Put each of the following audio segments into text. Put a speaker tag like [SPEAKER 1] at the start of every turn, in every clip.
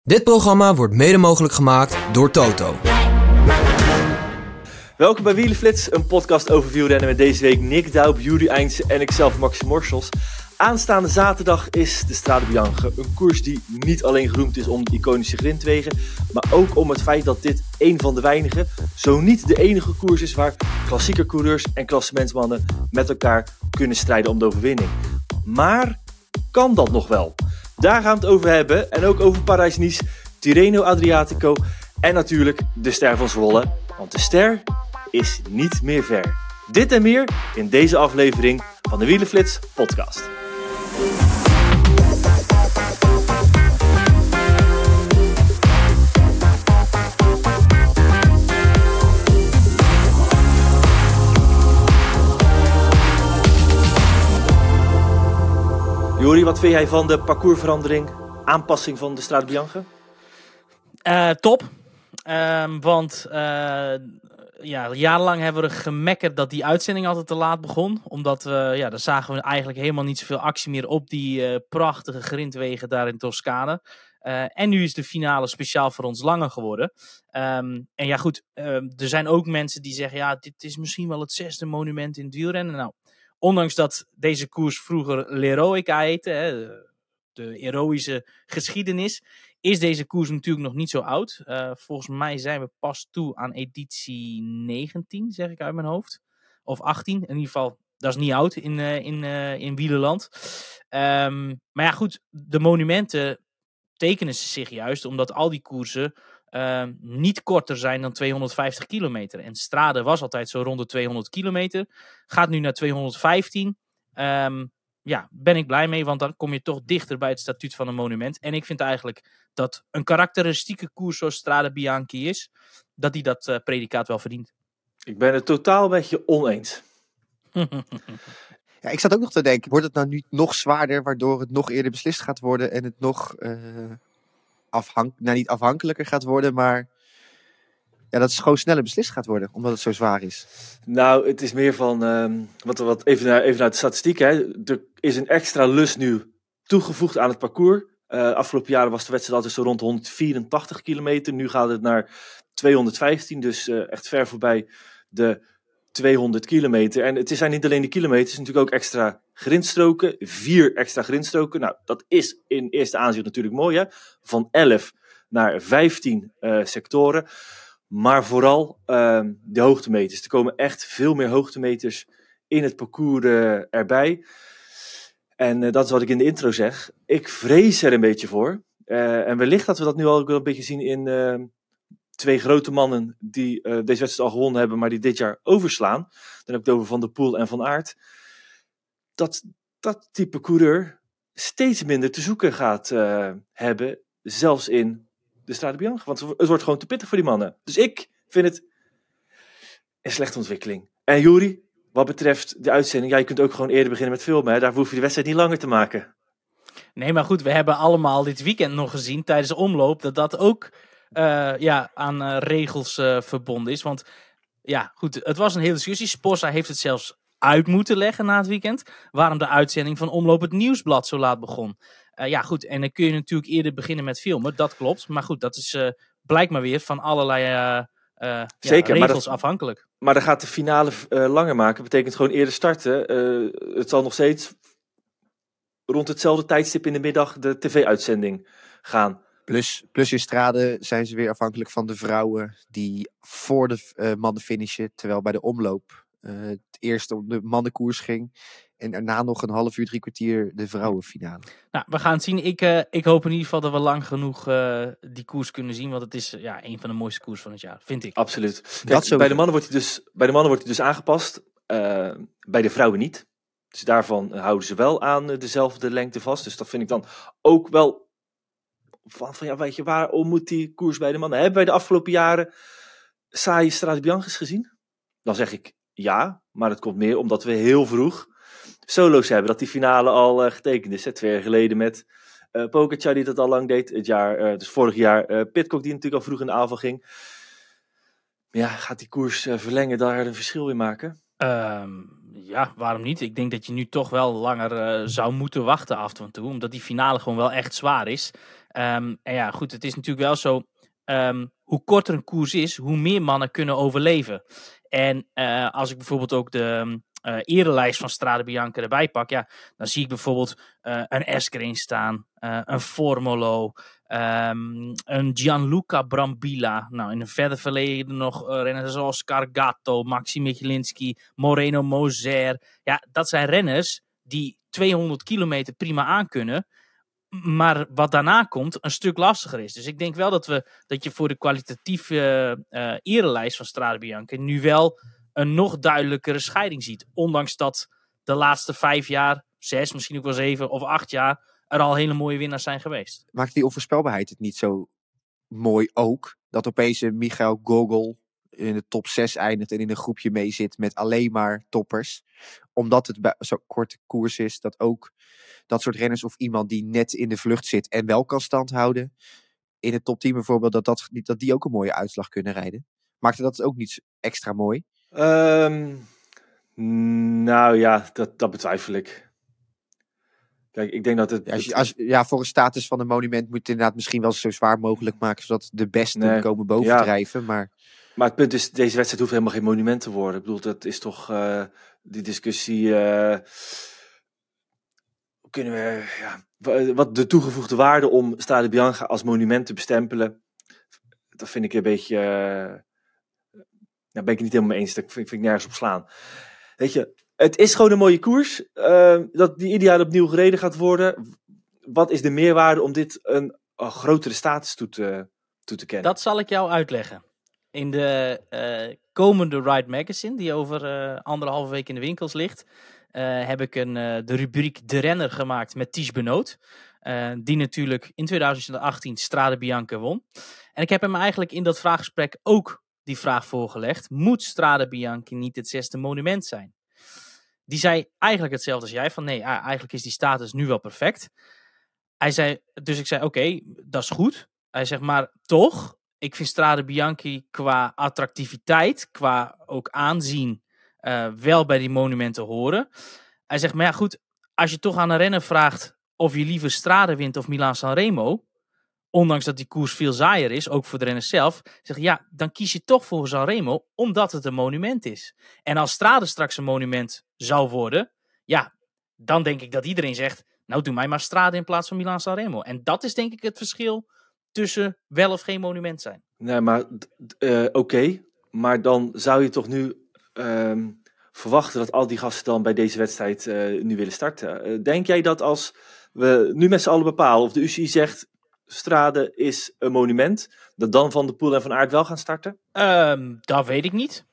[SPEAKER 1] Dit programma wordt mede mogelijk gemaakt door Toto.
[SPEAKER 2] Welkom bij Wielenflits, een podcast over wielrennen met deze week Nick Douw, Juri Eindse en ikzelf Maxi Morsels. Aanstaande zaterdag is de Strade Bianche, een koers die niet alleen geroemd is om de iconische grindwegen, maar ook om het feit dat dit een van de weinige, zo niet de enige koers is waar klassieke coureurs en klassementsmannen met elkaar kunnen strijden om de overwinning. Maar kan dat nog wel? Daar gaan we het over hebben en ook over Parijs-Nice, Tirreno Adriatico en natuurlijk de Ster van Zwolle, want de ster is niet meer ver. Dit en meer in deze aflevering van de Wielenflits podcast. Jori, wat vind jij van de parcoursverandering, aanpassing van de Strade Bianche?
[SPEAKER 3] Top. Want jarenlang hebben we gemekkerd dat die uitzending altijd te laat begon. Omdat daar zagen we eigenlijk helemaal niet zoveel actie meer op die prachtige grindwegen daar in Toscane. En nu is de finale speciaal voor ons langer geworden. Er zijn ook mensen die zeggen, dit is misschien wel het 6e monument in het wielrennen. Nou, ondanks dat deze koers vroeger l'Heroica heette, de heroïsche geschiedenis, is deze koers natuurlijk nog niet zo oud. Volgens mij zijn we pas toe aan editie 19, zeg ik uit mijn hoofd. Of 18, in ieder geval, dat is niet oud in wielerland. De monumenten tekenen zich juist omdat al die koersen niet korter zijn dan 250 kilometer. En Strade was altijd zo rond de 200 kilometer. Gaat nu naar 215. Ben ik blij mee, want dan kom je toch dichter bij het statuut van een monument. En ik vind eigenlijk dat een karakteristieke koers zoals Strade Bianche is, dat die dat predicaat wel verdient.
[SPEAKER 2] Ik ben het totaal met je oneens.
[SPEAKER 4] Ja, ik zat ook nog te denken, wordt het nou nu nog zwaarder, waardoor het nog eerder beslist gaat worden en het nog niet afhankelijker gaat worden, maar dat het gewoon sneller beslist gaat worden, omdat het zo zwaar is.
[SPEAKER 2] Nou, het is meer van, even naar de statistiek. Hè. Er is een extra lus nu toegevoegd aan het parcours. Afgelopen jaren was de wedstrijd altijd zo rond de 184 kilometer. Nu gaat het naar 215, dus echt ver voorbij de 200 kilometer. En het zijn niet alleen de kilometers, het is natuurlijk ook extra grindstroken. 4 extra grindstroken. Nou, dat is in eerste aanzicht natuurlijk mooi, hè. Van 11 naar 15 sectoren. Maar vooral de hoogtemeters. Er komen echt veel meer hoogtemeters in het parcours erbij. En dat is wat ik in de intro zeg. Ik vrees er een beetje voor. En wellicht dat we dat nu al een beetje zien in 2 grote mannen die deze wedstrijd al gewonnen hebben, maar die dit jaar overslaan. Dan heb ik het over Van der Poel en Van Aert. Dat type coureur steeds minder te zoeken gaat hebben, zelfs in de Strade Bianche. Want het wordt gewoon te pittig voor die mannen. Dus ik vind het een slechte ontwikkeling. En Juri, wat betreft de uitzending, je kunt ook gewoon eerder beginnen met filmen. Hè? Daarvoor hoef je de wedstrijd niet langer te maken.
[SPEAKER 3] Nee, maar goed, we hebben allemaal dit weekend nog gezien tijdens de omloop dat ook aan regels verbonden is. Want het was een hele discussie. Sporza heeft het zelfs uit moeten leggen na het weekend, waarom de uitzending van Omloop het Nieuwsblad zo laat begon. En dan kun je natuurlijk eerder beginnen met filmen, dat klopt. Maar goed, dat is blijkt maar weer van allerlei
[SPEAKER 2] Zeker,
[SPEAKER 3] regels afhankelijk.
[SPEAKER 2] Maar dan gaat de finale langer maken, betekent gewoon eerder starten. Het zal nog steeds rond hetzelfde tijdstip in de middag de tv-uitzending gaan.
[SPEAKER 4] Plus in Strade zijn ze weer afhankelijk van de vrouwen die voor de mannen finishen, terwijl bij de omloop het eerst om de mannenkoers ging en daarna nog een half uur, 3 kwartier de vrouwenfinale. Nou,
[SPEAKER 3] we gaan het zien. Ik hoop in ieder geval dat we lang genoeg die koers kunnen zien, want het is een van de mooiste koers van het jaar, vind ik.
[SPEAKER 2] Absoluut. Kijk, bij de mannen wordt hij dus aangepast, bij de vrouwen niet. Dus daarvan houden ze wel aan dezelfde lengte vast. Dus dat vind ik dan ook wel weet je, waarom moet die koers bij de mannen? Hebben wij de afgelopen jaren saaie Strade Bianches gezien? Dan zeg ik ja, maar dat komt meer omdat we heel vroeg solo's hebben. Dat die finale al getekend is. 2 jaar geleden met Pogacar die dat al lang deed. Dus vorig jaar Pidcock die natuurlijk al vroeg in de aanval ging. Ja, gaat die koers verlengen daar een verschil in maken?
[SPEAKER 3] Ja, waarom niet? Ik denk dat je nu toch wel langer zou moeten wachten af en toe. Omdat die finale gewoon wel echt zwaar is. En ja, goed, het is natuurlijk wel zo. Hoe korter een koers is, hoe meer mannen kunnen overleven. En als ik bijvoorbeeld ook de erelijst van Strade Bianca erbij pak. Ja, dan zie ik bijvoorbeeld een Escreen staan. Een Formolo. Een Gianluca Brambilla. Nou, in een verder verleden nog renners zoals Scargato, Maxi Michelinski, Moreno Moser. Ja, dat zijn renners die 200 kilometer prima aankunnen. Maar wat daarna komt, een stuk lastiger is. Dus ik denk wel dat je voor de kwalitatieve erelijst van Strade Bianca nu wel een nog duidelijkere scheiding ziet. Ondanks dat de laatste 5 jaar, 6, misschien ook wel 7 of 8 jaar er al hele mooie winnaars zijn geweest.
[SPEAKER 4] Maakt die onvoorspelbaarheid het niet zo mooi ook? Dat opeens een Michael Gogol in de top 6 eindigt en in een groepje mee zit met alleen maar toppers. Omdat het bij zo'n korte koers is, dat ook dat soort renners of iemand die net in de vlucht zit en wel kan standhouden. In het top 10 bijvoorbeeld, dat die ook een mooie uitslag kunnen rijden. Maakte dat ook niet extra mooi?
[SPEAKER 2] Nou ja, dat betwijfel ik. Kijk, ik denk dat het...
[SPEAKER 4] Voor een status van een monument moet je het inderdaad misschien wel zo zwaar mogelijk maken, zodat de besten komen bovendrijven. Maar
[SPEAKER 2] het punt is, deze wedstrijd hoeft helemaal geen monument te worden. Ik bedoel, dat is toch die discussie... kunnen we... wat de toegevoegde waarde om Strade Bianca als monument te bestempelen, dat vind ik een beetje... daar ben ik het niet helemaal mee eens. Dat vind ik nergens op slaan. Weet je, het is gewoon een mooie koers. Dat die ieder jaar opnieuw gereden gaat worden. Wat is de meerwaarde om dit een grotere status toe te kennen?
[SPEAKER 3] Dat zal ik jou uitleggen. In de komende Ride Magazine, die over 1,5 week in de winkels ligt, heb ik de rubriek De Renner gemaakt met Ties Benoot. Die natuurlijk in 2018 Strade Bianca won. En ik heb hem eigenlijk in dat vraaggesprek ook die vraag voorgelegd. Moet Strade Bianca niet het 6e monument zijn? Die zei eigenlijk hetzelfde als jij. Van nee, eigenlijk is die status nu wel perfect. Dus ik zei oké, dat is goed. Hij zegt maar toch, ik vind Strade Bianca qua attractiviteit, qua ook aanzien, wel bij die monumenten horen. Hij zegt maar ja goed, als je toch aan een renner vraagt of je liever Strade wint of Milaan-San Remo, ondanks dat die koers veel saaier is, ook voor de renners zelf, zeg ja, dan kies je toch voor San Remo, omdat het een monument is. En als Strade straks een monument zou worden, ja, dan denk ik dat iedereen zegt, nou doe mij maar Strade in plaats van Milaan-San Remo. En dat is denk ik het verschil tussen wel of geen monument zijn.
[SPEAKER 2] Nee, maar oké, maar dan zou je toch nu verwachten dat al die gasten dan bij deze wedstrijd nu willen starten. Denk jij dat als we nu met z'n allen bepalen, of de UCI zegt Strade is een monument, dat dan Van der Poel en Van Aert wel gaan starten?
[SPEAKER 3] Dat weet ik niet.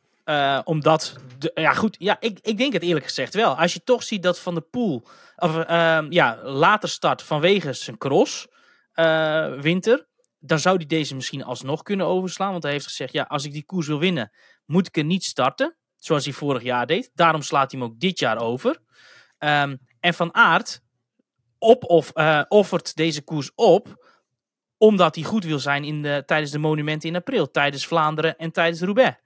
[SPEAKER 3] Ik denk het eerlijk gezegd wel. Als je toch ziet dat Van der Poel later start vanwege zijn cross winter, dan zou hij deze misschien alsnog kunnen overslaan. Want hij heeft gezegd, ja, als ik die koers wil winnen, moet ik er niet starten. Zoals hij vorig jaar deed. Daarom slaat hij hem ook dit jaar over. En Van Aert offert deze koers op, omdat hij goed wil zijn tijdens de monumenten in april. Tijdens Vlaanderen en tijdens Roubaix.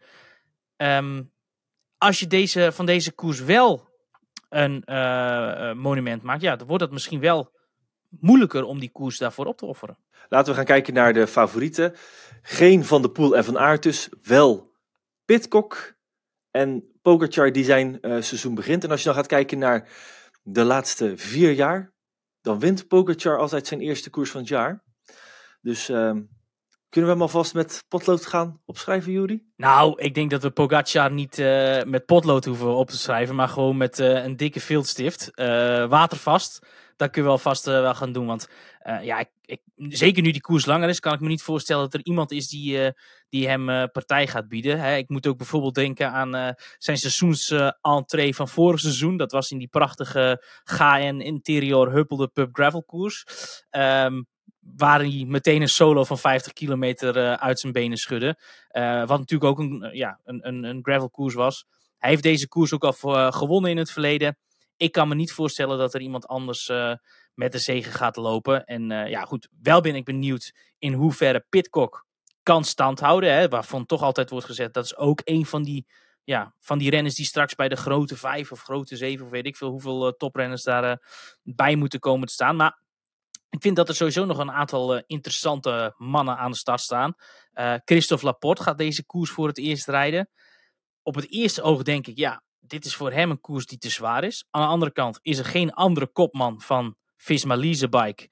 [SPEAKER 3] Als je van deze koers wel een monument maakt, ja, dan wordt het misschien wel moeilijker om die koers daarvoor op te offeren.
[SPEAKER 2] Laten we gaan kijken naar de favorieten. Geen Van der Poel en Van Aert dus, wel Pidcock en Pogačar die zijn seizoen begint. En als je dan gaat kijken naar de laatste 4 jaar, dan wint Pogačar altijd zijn eerste koers van het jaar. Dus kunnen we hem alvast met potlood gaan opschrijven, Juri?
[SPEAKER 3] Nou, ik denk dat we Pogačar niet met potlood hoeven op te schrijven, maar gewoon met een dikke viltstift. Watervast. Dat kun je wel vast wel gaan doen. Want zeker nu die koers langer is, kan ik me niet voorstellen dat er iemand is die hem partij gaat bieden. Hè, ik moet ook bijvoorbeeld denken aan zijn seizoensentrée van vorig seizoen. Dat was in die prachtige GN Interior Huppelde Pub Gravel koers. Waar hij meteen een solo van 50 kilometer uit zijn benen schudde. Wat natuurlijk ook een gravelkoers was. Hij heeft deze koers ook al gewonnen in het verleden. Ik kan me niet voorstellen dat er iemand anders met de zege gaat lopen. En wel ben ik benieuwd in hoeverre Pidcock kan standhouden. Hè, waarvan toch altijd wordt gezegd, dat is ook een van die van die renners die straks bij de grote 5 of grote 7 of weet ik veel hoeveel toprenners daar bij moeten komen te staan. Maar ik vind dat er sowieso nog een aantal interessante mannen aan de start staan. Christophe Laporte gaat deze koers voor het eerst rijden. Op het eerste oog denk ik, dit is voor hem een koers die te zwaar is. Aan de andere kant is er geen andere kopman van Visma Leasebike.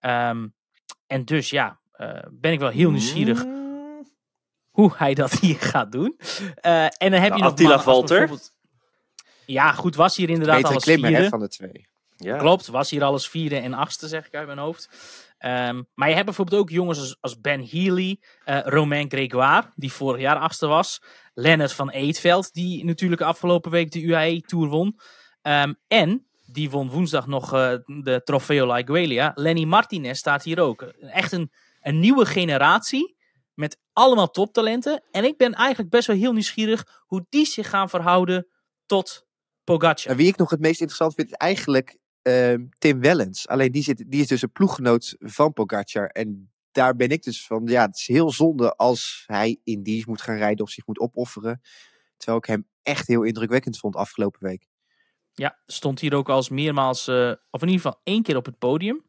[SPEAKER 3] En dus ben ik wel heel nieuwsgierig hoe hij dat hier gaat doen. En dan heb je nog
[SPEAKER 2] Attila Valter.
[SPEAKER 3] Ja, goed, was hier inderdaad alles vierde.
[SPEAKER 4] Van de twee.
[SPEAKER 2] Ja.
[SPEAKER 3] Klopt, was hier alles 4e en 8e, zeg ik uit mijn hoofd. Maar je hebt bijvoorbeeld ook jongens als Ben Healy, Romain Grégoire, die vorig jaar 8e was. Lennart van Eetveld, die natuurlijk afgelopen week de UAE Tour won. En die won woensdag nog de Trofeo Laigueglia. Lenny Martinez staat hier ook. Echt een nieuwe generatie met allemaal toptalenten. En ik ben eigenlijk best wel heel nieuwsgierig hoe die zich gaan verhouden tot Pogacar.
[SPEAKER 4] En wie ik nog het meest interessant vind is eigenlijk Tim Wellens. Alleen die is dus een ploeggenoot van Pogacar. En daar ben ik dus van, het is heel zonde als hij in dienst moet gaan rijden of zich moet opofferen. Terwijl ik hem echt heel indrukwekkend vond afgelopen week.
[SPEAKER 3] Ja, stond hier ook als meermaals, of in ieder geval 1 keer op het podium.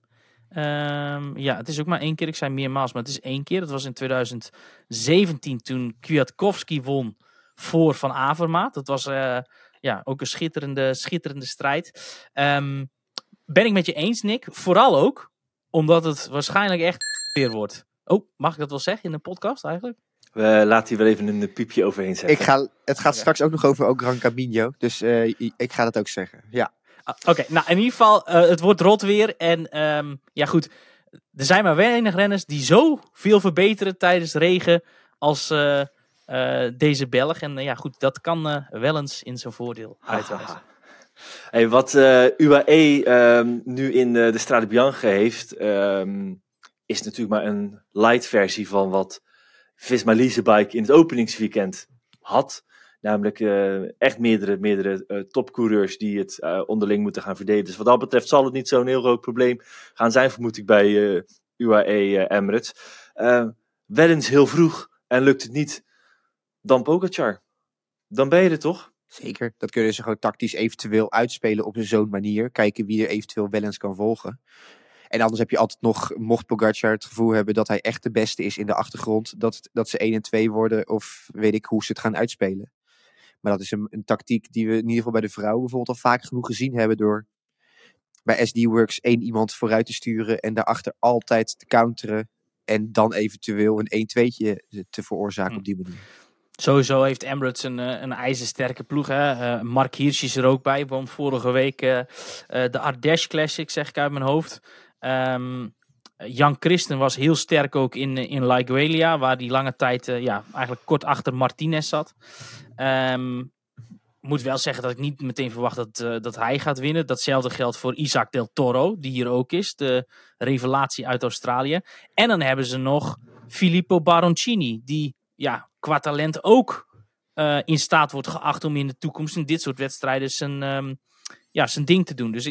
[SPEAKER 3] Het is ook maar 1 keer, ik zei meermaals, maar het is 1 keer. Dat was in 2017 toen Kwiatkowski won voor Van Avermaet. Dat was ook een schitterende strijd. Ben ik met je eens, Nick. Vooral ook omdat het waarschijnlijk echt weer wordt. Oh, mag ik dat wel zeggen in een podcast eigenlijk?
[SPEAKER 2] We laten hier wel even een piepje overheen zetten.
[SPEAKER 4] Het gaat straks ook nog over Gran Camino. Dus ik ga dat ook zeggen. Ja.
[SPEAKER 3] Oké, nou in ieder geval, het wordt rot weer. En goed, er zijn maar weinig renners die zo veel verbeteren tijdens regen als deze Belg. En goed, dat kan wel eens in zijn voordeel uitwijzen.
[SPEAKER 2] Hey, wat UAE nu in de Strade Bianche heeft, is natuurlijk maar een light versie van wat Visma Leasebike in het openingsweekend had. Namelijk echt meerdere topcoureurs die het onderling moeten gaan verdelen. Dus wat dat betreft zal het niet zo'n heel groot probleem gaan zijn, vermoed ik, bij UAE Emirates. Wel eens heel vroeg en lukt het niet, dan Pogacar. Dan ben je er toch?
[SPEAKER 4] Zeker, dat kunnen ze gewoon tactisch eventueel uitspelen op zo'n manier. Kijken wie er eventueel wel eens kan volgen. En anders heb je altijd nog, mocht Pogacar het gevoel hebben dat hij echt de beste is in de achtergrond, dat ze 1 en 2 worden of weet ik hoe ze het gaan uitspelen. Maar dat is een tactiek die we in ieder geval bij de vrouwen bijvoorbeeld al vaak genoeg gezien hebben door bij SD Works 1 iemand vooruit te sturen en daarachter altijd te counteren en dan eventueel een 1-2'tje te veroorzaken op die manier.
[SPEAKER 3] Sowieso heeft Emirates een ijzersterke ploeg. Hè? Mark Hirschi is er ook bij. Won vorige week de Ardèche Classic, zeg ik uit mijn hoofd. Jan Christen was heel sterk ook in Laigueglia, waar die lange tijd eigenlijk kort achter Martinez zat. Moet wel zeggen dat ik niet meteen verwacht dat hij gaat winnen. Datzelfde geldt voor Isaac del Toro, die hier ook is. De revelatie uit Australië. En dan hebben ze nog Filippo Baroncini, die qua talent ook in staat wordt geacht om in de toekomst in dit soort wedstrijden zijn ding te doen. Dus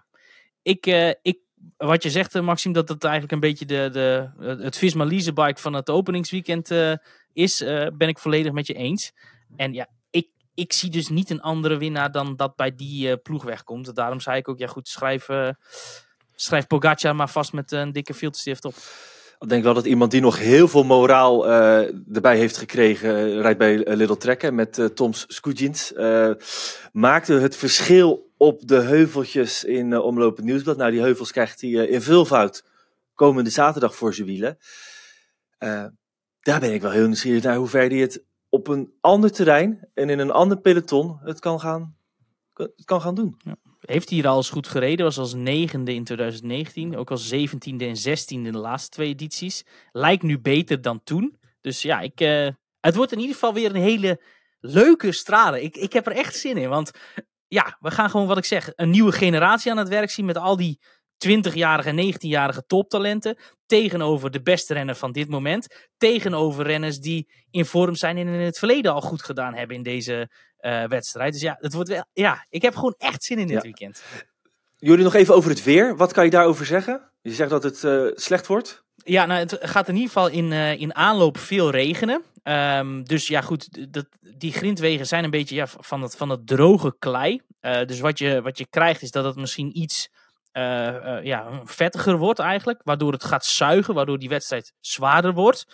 [SPEAKER 3] wat je zegt, Maxime, dat het eigenlijk een beetje het Visma Leasebike van het openingsweekend is, ben ik volledig met je eens. En ik zie dus niet een andere winnaar dan dat bij die ploeg wegkomt. Daarom zei ik ook, schrijf Pogacar maar vast met een dikke filterstift op.
[SPEAKER 2] Ik denk wel dat iemand die nog heel veel moraal erbij heeft gekregen, rijdt bij Little Trek met Toms Skujins. Maakte het verschil op de heuveltjes in Omlopend Nieuwsblad. Nou, die heuvels krijgt hij in veelvoud komende zaterdag voor zijn wielen. Daar ben ik wel heel nieuwsgierig naar hoe ver hij het op een ander terrein en in een ander peloton het kan gaan doen.
[SPEAKER 3] Ja. Heeft hij hier al eens goed gereden. Was als 9e in 2019. Ook als 17e en 16e in de laatste 2 edities. Lijkt nu beter dan toen. Dus het wordt in ieder geval weer een hele leuke strade. Ik heb er echt zin in. Want we gaan gewoon, wat ik zeg, een nieuwe generatie aan het werk zien met al die 20-jarige en 19-jarige toptalenten. Tegenover de beste renner van dit moment. Tegenover renners die in vorm zijn en in het verleden al goed gedaan hebben in deze wedstrijd. Dus het wordt wel. Ik heb gewoon echt zin in dit weekend.
[SPEAKER 2] Jullie nog even over het weer. Wat kan je daarover zeggen? Je zegt dat het slecht wordt.
[SPEAKER 3] Ja, nou, het gaat in ieder geval in aanloop veel regenen. Dus ja, goed, die grindwegen zijn een beetje van het droge klei. Dus wat je krijgt is dat het misschien iets vettiger wordt eigenlijk. Waardoor het gaat zuigen, waardoor die wedstrijd zwaarder wordt.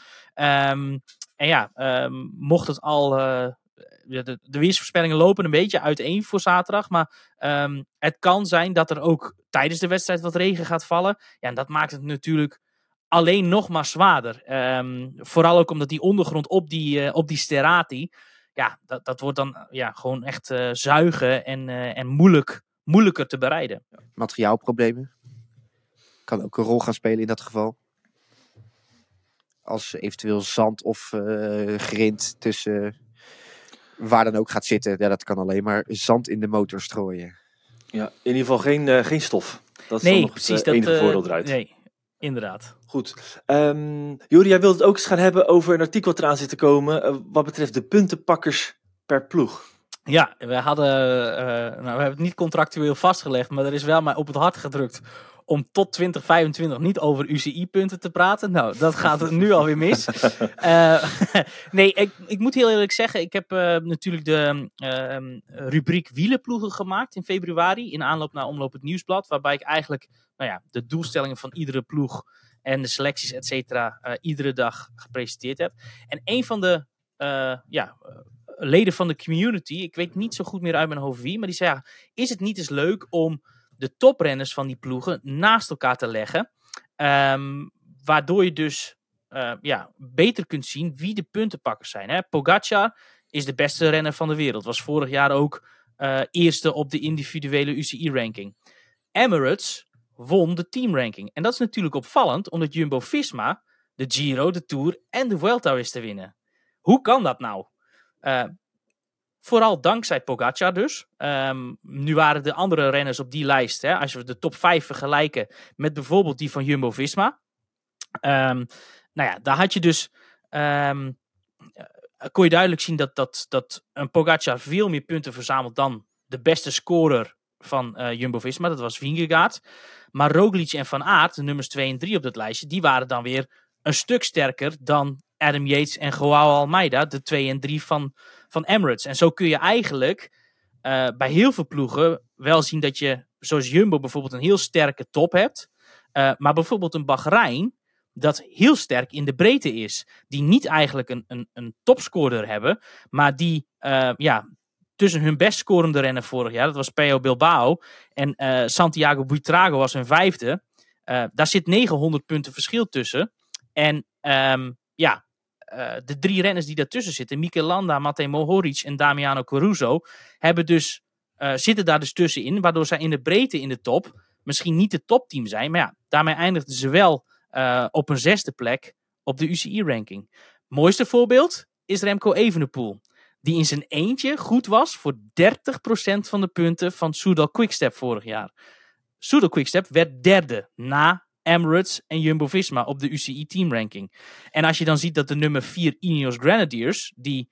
[SPEAKER 3] Mocht het al... de weersvoorspellingen lopen een beetje uiteen voor zaterdag. Maar het kan zijn dat er ook tijdens de wedstrijd wat regen gaat vallen. Ja, en dat maakt het natuurlijk alleen nog maar zwaarder. Vooral ook omdat die ondergrond op die sterrati... Ja, dat wordt dan gewoon echt zuigen en moeilijker te bereiden.
[SPEAKER 4] Materiaalproblemen. Kan ook een rol gaan spelen in dat geval. Als eventueel zand of grind tussen waar dan ook gaat zitten. Ja, dat kan alleen maar zand in de motor strooien.
[SPEAKER 2] Ja, in ieder geval geen stof. Dat is
[SPEAKER 3] Nee,
[SPEAKER 2] dan nog
[SPEAKER 3] precies,
[SPEAKER 2] het enige voordeel eruit.
[SPEAKER 3] Nee, inderdaad.
[SPEAKER 2] Goed. Jori, jij wilde het ook eens gaan hebben over een artikel wat eraan zit te komen. Wat betreft de puntenpakkers per ploeg.
[SPEAKER 3] Ja, we hebben het niet contractueel vastgelegd, maar er is wel mij op het hart gedrukt om tot 2025 niet over UCI-punten te praten. Nou, dat gaat er nu alweer mis. Nee, ik moet heel eerlijk zeggen, ik heb natuurlijk de rubriek wielerploegen gemaakt in februari, in aanloop naar Omloop het Nieuwsblad, waarbij ik eigenlijk de doelstellingen van iedere ploeg en de selecties, et cetera, iedere dag gepresenteerd heb. En een van de leden van de community, ik weet niet zo goed meer uit mijn hoofd wie, maar die zei, is het niet eens leuk om de toprenners van die ploegen naast elkaar te leggen, waardoor je dus beter kunt zien wie de puntenpakkers zijn. Hè? Pogacar is de beste renner van de wereld, was vorig jaar ook eerste op de individuele UCI-ranking. Emirates won de teamranking. En dat is natuurlijk opvallend, omdat Jumbo-Visma de Giro, de Tour en de Vuelta is te winnen. Hoe kan dat nou? Vooral dankzij Pogacar dus. Nu waren de andere renners op die lijst, hè, als we de top 5 vergelijken met bijvoorbeeld die van Jumbo-Visma. Daar had je dus... kon je duidelijk zien dat een Pogacar veel meer punten verzamelt dan de beste scorer van Jumbo-Visma. Dat was Vingegaard. Maar Roglic en Van Aert, de nummers 2 en 3 op dat lijstje, die waren dan weer een stuk sterker dan Adam Yates en Joao Almeida, de 2 en 3 van Emirates. En zo kun je eigenlijk bij heel veel ploegen wel zien dat je, zoals Jumbo bijvoorbeeld, een heel sterke top hebt. Maar bijvoorbeeld een Bahrein, dat heel sterk in de breedte is. Die niet eigenlijk een topscorer hebben, maar die tussen hun best scorende renner vorig jaar, dat was Pello Bilbao, en Santiago Buitrago was hun 5e. Daar zit 900 punten verschil tussen. En de 3 renners die daartussen zitten, Mikel Landa, Matej Mohoric en Damiano Caruso, zitten daar dus tussenin, waardoor zij in de breedte in de top misschien niet het topteam zijn, maar daarmee eindigden ze wel op een 6e plek op de UCI-ranking. Mooiste voorbeeld is Remco Evenepoel, die in zijn eentje goed was voor 30% van de punten van Soudal Quickstep vorig jaar. Soudal Quickstep werd 3e na Emirates en Jumbo-Visma op de UCI teamranking. En als je dan ziet dat de nummer 4 Ineos Grenadiers, die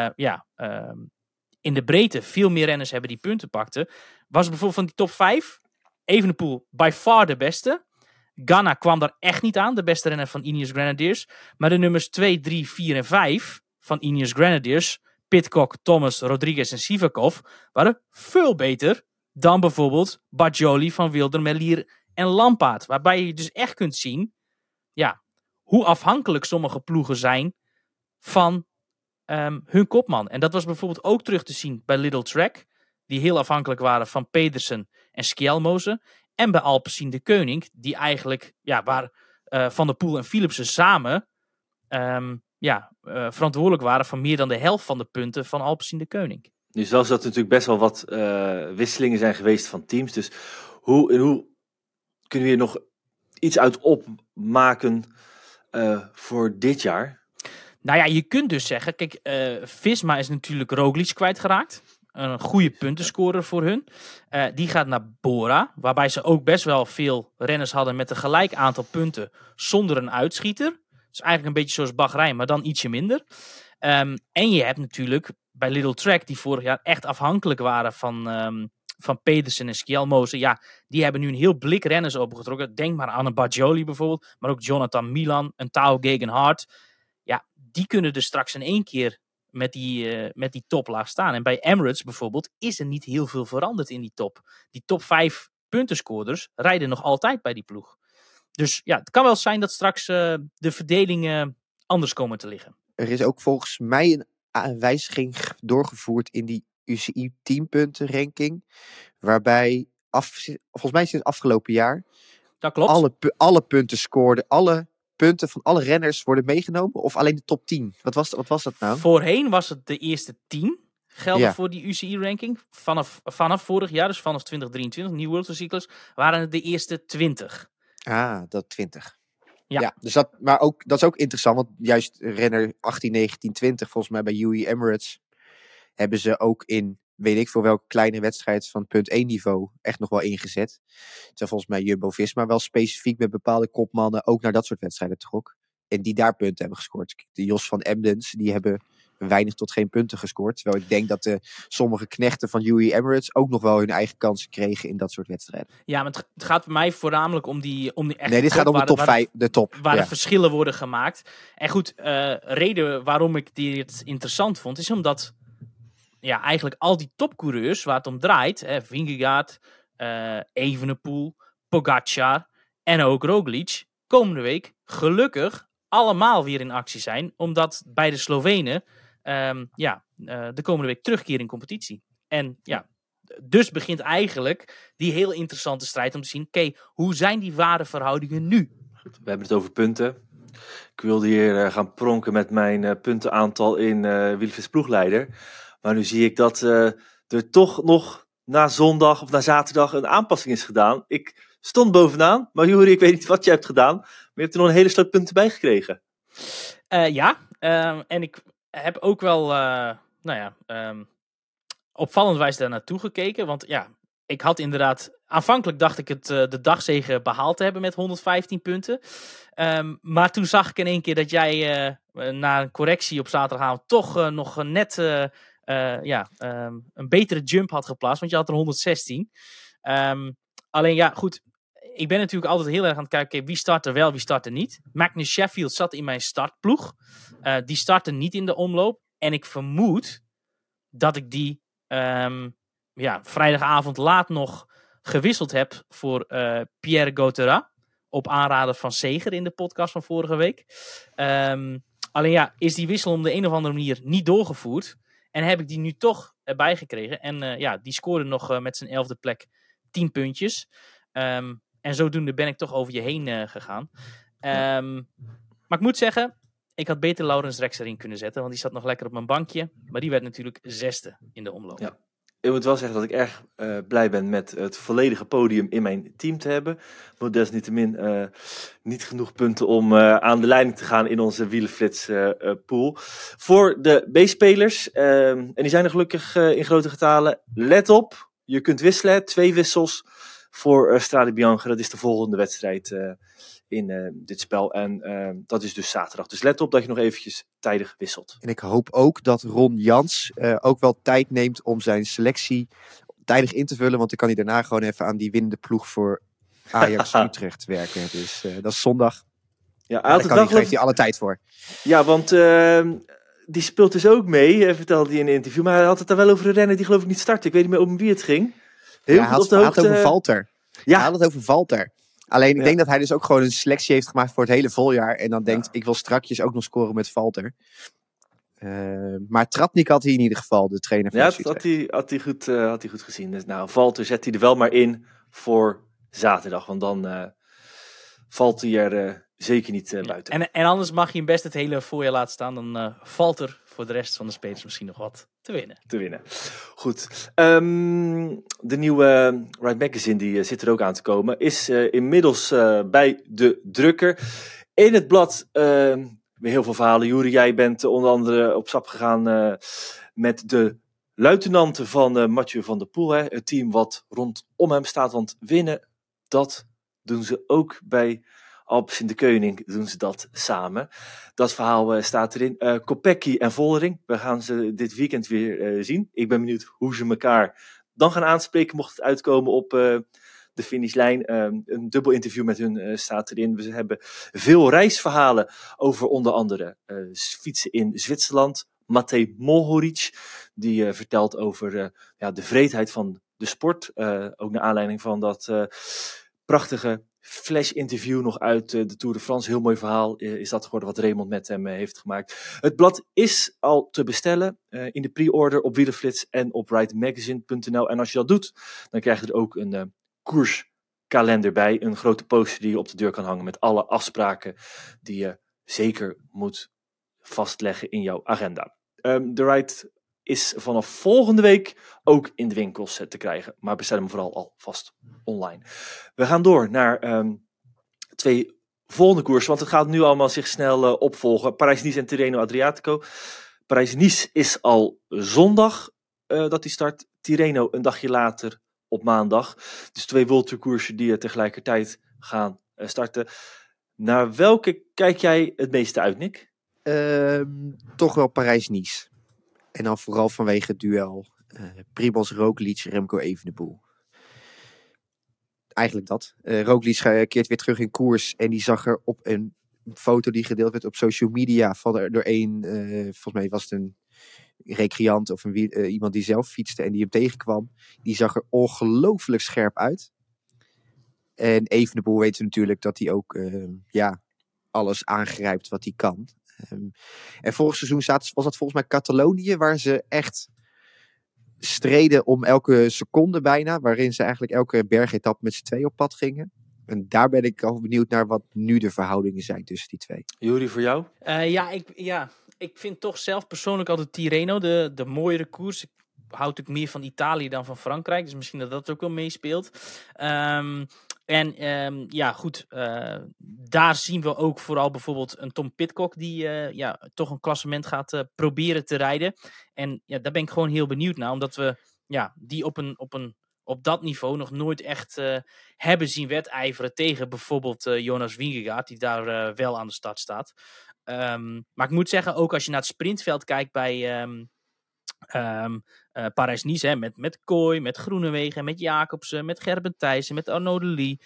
[SPEAKER 3] in de breedte veel meer renners hebben die punten pakten, was bijvoorbeeld van die top 5 Evenepoel by far de beste. Ganna kwam daar echt niet aan, de beste renner van Ineos Grenadiers. Maar de nummers 2, 3, 4 en 5 van Ineos Grenadiers, Pidcock, Thomas, Rodriguez en Sivakov, waren veel beter dan bijvoorbeeld Bargioli, Van Wilder, Merlier en Lampaard. Waarbij je dus echt kunt zien hoe afhankelijk sommige ploegen zijn van hun kopman. En dat was bijvoorbeeld ook terug te zien bij Lidl Trek, die heel afhankelijk waren van Pedersen en Skjelmoze. En bij Alpecin de Koning, die eigenlijk, waar Van der Poel en Philipsen samen verantwoordelijk waren voor meer dan de helft van de punten van Alpecin de Koning.
[SPEAKER 2] Nu zelfs dat er natuurlijk best wel wat wisselingen zijn geweest van teams. Dus hoe kunnen we hier nog iets uit opmaken voor dit jaar?
[SPEAKER 3] Nou ja, je kunt dus zeggen, kijk, Visma is natuurlijk Roglic kwijtgeraakt. Een goede puntenscorer voor hun. Die gaat naar Bora, waarbij ze ook best wel veel renners hadden met een gelijk aantal punten zonder een uitschieter. Dus eigenlijk een beetje zoals Bahrein, maar dan ietsje minder. En je hebt natuurlijk bij Lidl Trek, die vorig jaar echt afhankelijk waren van Pedersen en Skjelmoze. Ja, die hebben nu een heel blik renners opgetrokken. Denk maar aan een Bargioli bijvoorbeeld, maar ook Jonathan Milan, een Tao Gegenhardt. Ja, die kunnen dus straks in één keer met die toplaag staan. En bij Emirates bijvoorbeeld is er niet heel veel veranderd in die top. Die top 5 puntenscorers rijden nog altijd bij die ploeg. Dus ja, het kan wel zijn dat straks de verdelingen anders komen te liggen.
[SPEAKER 4] Er is ook volgens mij een wijziging doorgevoerd in die UCI 10-punten ranking. Waarbij, volgens mij sinds afgelopen jaar,
[SPEAKER 3] Dat klopt.
[SPEAKER 4] alle punten scoorden. Alle punten van alle renners worden meegenomen. Of alleen de top 10? Wat was dat nou?
[SPEAKER 3] Voorheen was het de eerste 10 gelden
[SPEAKER 4] Ja.
[SPEAKER 3] voor die UCI-ranking. Vanaf vorig jaar, dus vanaf 2023, New World Cyclus, waren het de eerste 20.
[SPEAKER 4] Ah, dat 20.
[SPEAKER 3] Ja.
[SPEAKER 4] Dus dat is ook interessant. Want juist renner 18, 19, 20, volgens mij bij UAE Emirates, hebben ze ook in, weet ik voor welke kleine wedstrijd van punt 1 niveau echt nog wel ingezet. Terwijl volgens mij Jumbo-Visma wel specifiek met bepaalde kopmannen ook naar dat soort wedstrijden trok. En die daar punten hebben gescoord. De Jos van Emdens, die hebben weinig tot geen punten gescoord. Terwijl ik denk dat sommige knechten van UAE Emirates ook nog wel hun eigen kansen kregen in dat soort wedstrijden.
[SPEAKER 3] Ja, maar het gaat bij mij voornamelijk om die echte
[SPEAKER 4] Nee, dit gaat om de top 5. De top.
[SPEAKER 3] Waar
[SPEAKER 4] Ja.
[SPEAKER 3] de verschillen worden gemaakt. En goed, reden waarom ik dit interessant vond, is omdat eigenlijk al die topcoureurs waar het om draait, Vingegaard, Evenepoel, Pogacar en ook Roglic, komende week gelukkig allemaal weer in actie zijn. Omdat bij de Slovenen de komende week terugkeren in competitie. En dus begint eigenlijk die heel interessante strijd om te zien, oké, hoe zijn die ware verhoudingen nu?
[SPEAKER 2] We hebben het over punten. Ik wilde hier gaan pronken met mijn puntenaantal in Wielerflits ploegleider. Maar nu zie ik dat er toch nog na zondag of na zaterdag een aanpassing is gedaan. Ik stond bovenaan, maar Joeri, ik weet niet wat je hebt gedaan. Maar je hebt er nog een hele sloot punten bij gekregen.
[SPEAKER 3] En ik heb ook wel, opvallend daar naartoe gekeken. Want ik had inderdaad, aanvankelijk dacht ik het de dagzege behaald te hebben met 115 punten. Maar toen zag ik in één keer dat jij na een correctie op zaterdagavond toch nog net een betere jump had geplaatst. Want je had er 116. Alleen goed, ik ben natuurlijk altijd heel erg aan het kijken, wie start er wel, wie start er niet. Magnus Sheffield zat in mijn startploeg. Die startte niet in de omloop. En ik vermoed dat ik die vrijdagavond laat nog gewisseld heb voor Pierre Gauthierat. Op aanraden van Seger in de podcast van vorige week. Alleen is die wissel om de een of andere manier niet doorgevoerd. En heb ik die nu toch erbij gekregen. En die scoorde nog met zijn 11e plek 10 puntjes. En zodoende ben ik toch over je heen gegaan. Maar ik moet zeggen, ik had beter Laurens Rex erin kunnen zetten. Want die zat nog lekker op mijn bankje. Maar die werd natuurlijk 6e in de omloop.
[SPEAKER 2] Ja. Ik moet wel zeggen dat ik erg blij ben met het volledige podium in mijn team te hebben. Maar desniettemin niet genoeg punten om aan de leiding te gaan in onze Wielerflits pool. Voor de B-spelers, en die zijn er gelukkig in grote getalen, let op, je kunt wisselen, 2 wissels voor Strade Bianche. Dat is de volgende wedstrijd in dit spel. En dat is dus zaterdag. Dus let op dat je nog eventjes tijdig wisselt.
[SPEAKER 4] En ik hoop ook dat Ron Jans ook wel tijd neemt om zijn selectie tijdig in te vullen. Want dan kan hij daarna gewoon even aan die winnende ploeg voor Ajax Utrecht werken. Dus dat is zondag.
[SPEAKER 2] Ja,
[SPEAKER 4] Daar geeft hij alle tijd voor.
[SPEAKER 2] Ja, want die speelt dus ook mee, vertelde hij in een interview. Maar hij had het daar wel over een renner die geloof ik niet startte. Ik weet niet meer om wie het ging.
[SPEAKER 4] Hij had het over Valter.
[SPEAKER 2] Ja.
[SPEAKER 4] Hij had het over Valter. Alleen ik denk dat hij dus ook gewoon een selectie heeft gemaakt voor het hele voljaar. En dan denkt, ik wil strakjes ook nog scoren met Valter. Maar Tratnik had hij in ieder geval, de trainer van Utrecht.
[SPEAKER 2] Had hij goed gezien. Dus nou, Valter zet hij er wel maar in voor zaterdag. Want dan valt hij er zeker niet buiten.
[SPEAKER 3] En anders mag je hem best het hele voorjaar laten staan. Dan valt er voor de rest van de spelers misschien nog wat te winnen.
[SPEAKER 2] Goed. De nieuwe Ride Magazine die zit er ook aan te komen. Is inmiddels bij de drukker. In het blad weer heel veel verhalen. Joeri, jij bent onder andere op stap gegaan met de luitenanten van Mathieu van der Poel. Hè? Het team wat rondom hem staat. Want winnen, dat doen ze ook bij Alpes in de Koning, doen ze dat samen. Dat verhaal staat erin. Kopecky en Vollering, we gaan ze dit weekend weer zien. Ik ben benieuwd hoe ze elkaar dan gaan aanspreken, mocht het uitkomen op de de finishlijn. Een dubbel interview met hun staat erin. We hebben veel reisverhalen over onder andere fietsen in Zwitserland. Matej Mohoric, die vertelt over de vreedheid van de sport. Ook naar aanleiding van dat prachtige flash-interview nog uit de Tour de France. Heel mooi verhaal is dat geworden wat Raymond met hem heeft gemaakt. Het blad is al te bestellen in de pre-order op Wielerflits en op ridemagazine.nl. En als je dat doet, dan krijg je er ook een koerskalender bij. Een grote poster die je op de deur kan hangen met alle afspraken die je zeker moet vastleggen in jouw agenda. De ride is vanaf volgende week ook in de winkels te krijgen. Maar bestel hem vooral alvast online. We gaan door naar 2 volgende koersen. Want het gaat nu allemaal zich snel opvolgen. Parijs-Nice en Tirreno Adriatico. Parijs-Nice is al zondag dat die start. Tirreno een dagje later op maandag. Dus 2 World Tour koersen die tegelijkertijd gaan starten. Naar welke kijk jij het meeste uit, Nick?
[SPEAKER 4] Toch wel Parijs-Nice. En dan vooral vanwege het duel Primož Roglič, Remco Evenepoel. Eigenlijk dat. Roglič keert weer terug in koers. En die zag er op een foto die gedeeld werd op social media door een, volgens mij was het een recreant of iemand die zelf fietste en die hem tegenkwam. Die zag er ongelooflijk scherp uit. En Evenepoel weten we natuurlijk dat hij ook alles aangrijpt wat hij kan. En vorig seizoen was dat volgens mij Catalonië, waar ze echt streden om elke seconde bijna, waarin ze eigenlijk elke bergetap met z'n 2 op pad gingen. En daar ben ik al benieuwd naar wat nu de verhoudingen zijn tussen die 2.
[SPEAKER 2] Juri, voor jou?
[SPEAKER 3] Ik vind toch zelf persoonlijk altijd Tirreno de mooiere koers. Ik hou natuurlijk meer van Italië dan van Frankrijk, dus misschien dat dat ook wel meespeelt. Daar zien we ook vooral bijvoorbeeld een Tom Pidcock die toch een klassement gaat proberen te rijden. En ja, daar ben ik gewoon heel benieuwd naar, omdat we die op dat niveau nog nooit echt hebben zien wedijveren tegen bijvoorbeeld Jonas Vingegaard, die daar wel aan de start staat. Maar ik moet zeggen, ook als je naar het sprintveld kijkt bij Parijs-Nice, met Kooi, met Groenewegen, met Jacobsen, met Gerben Thijssen, met Arnaud de Lie.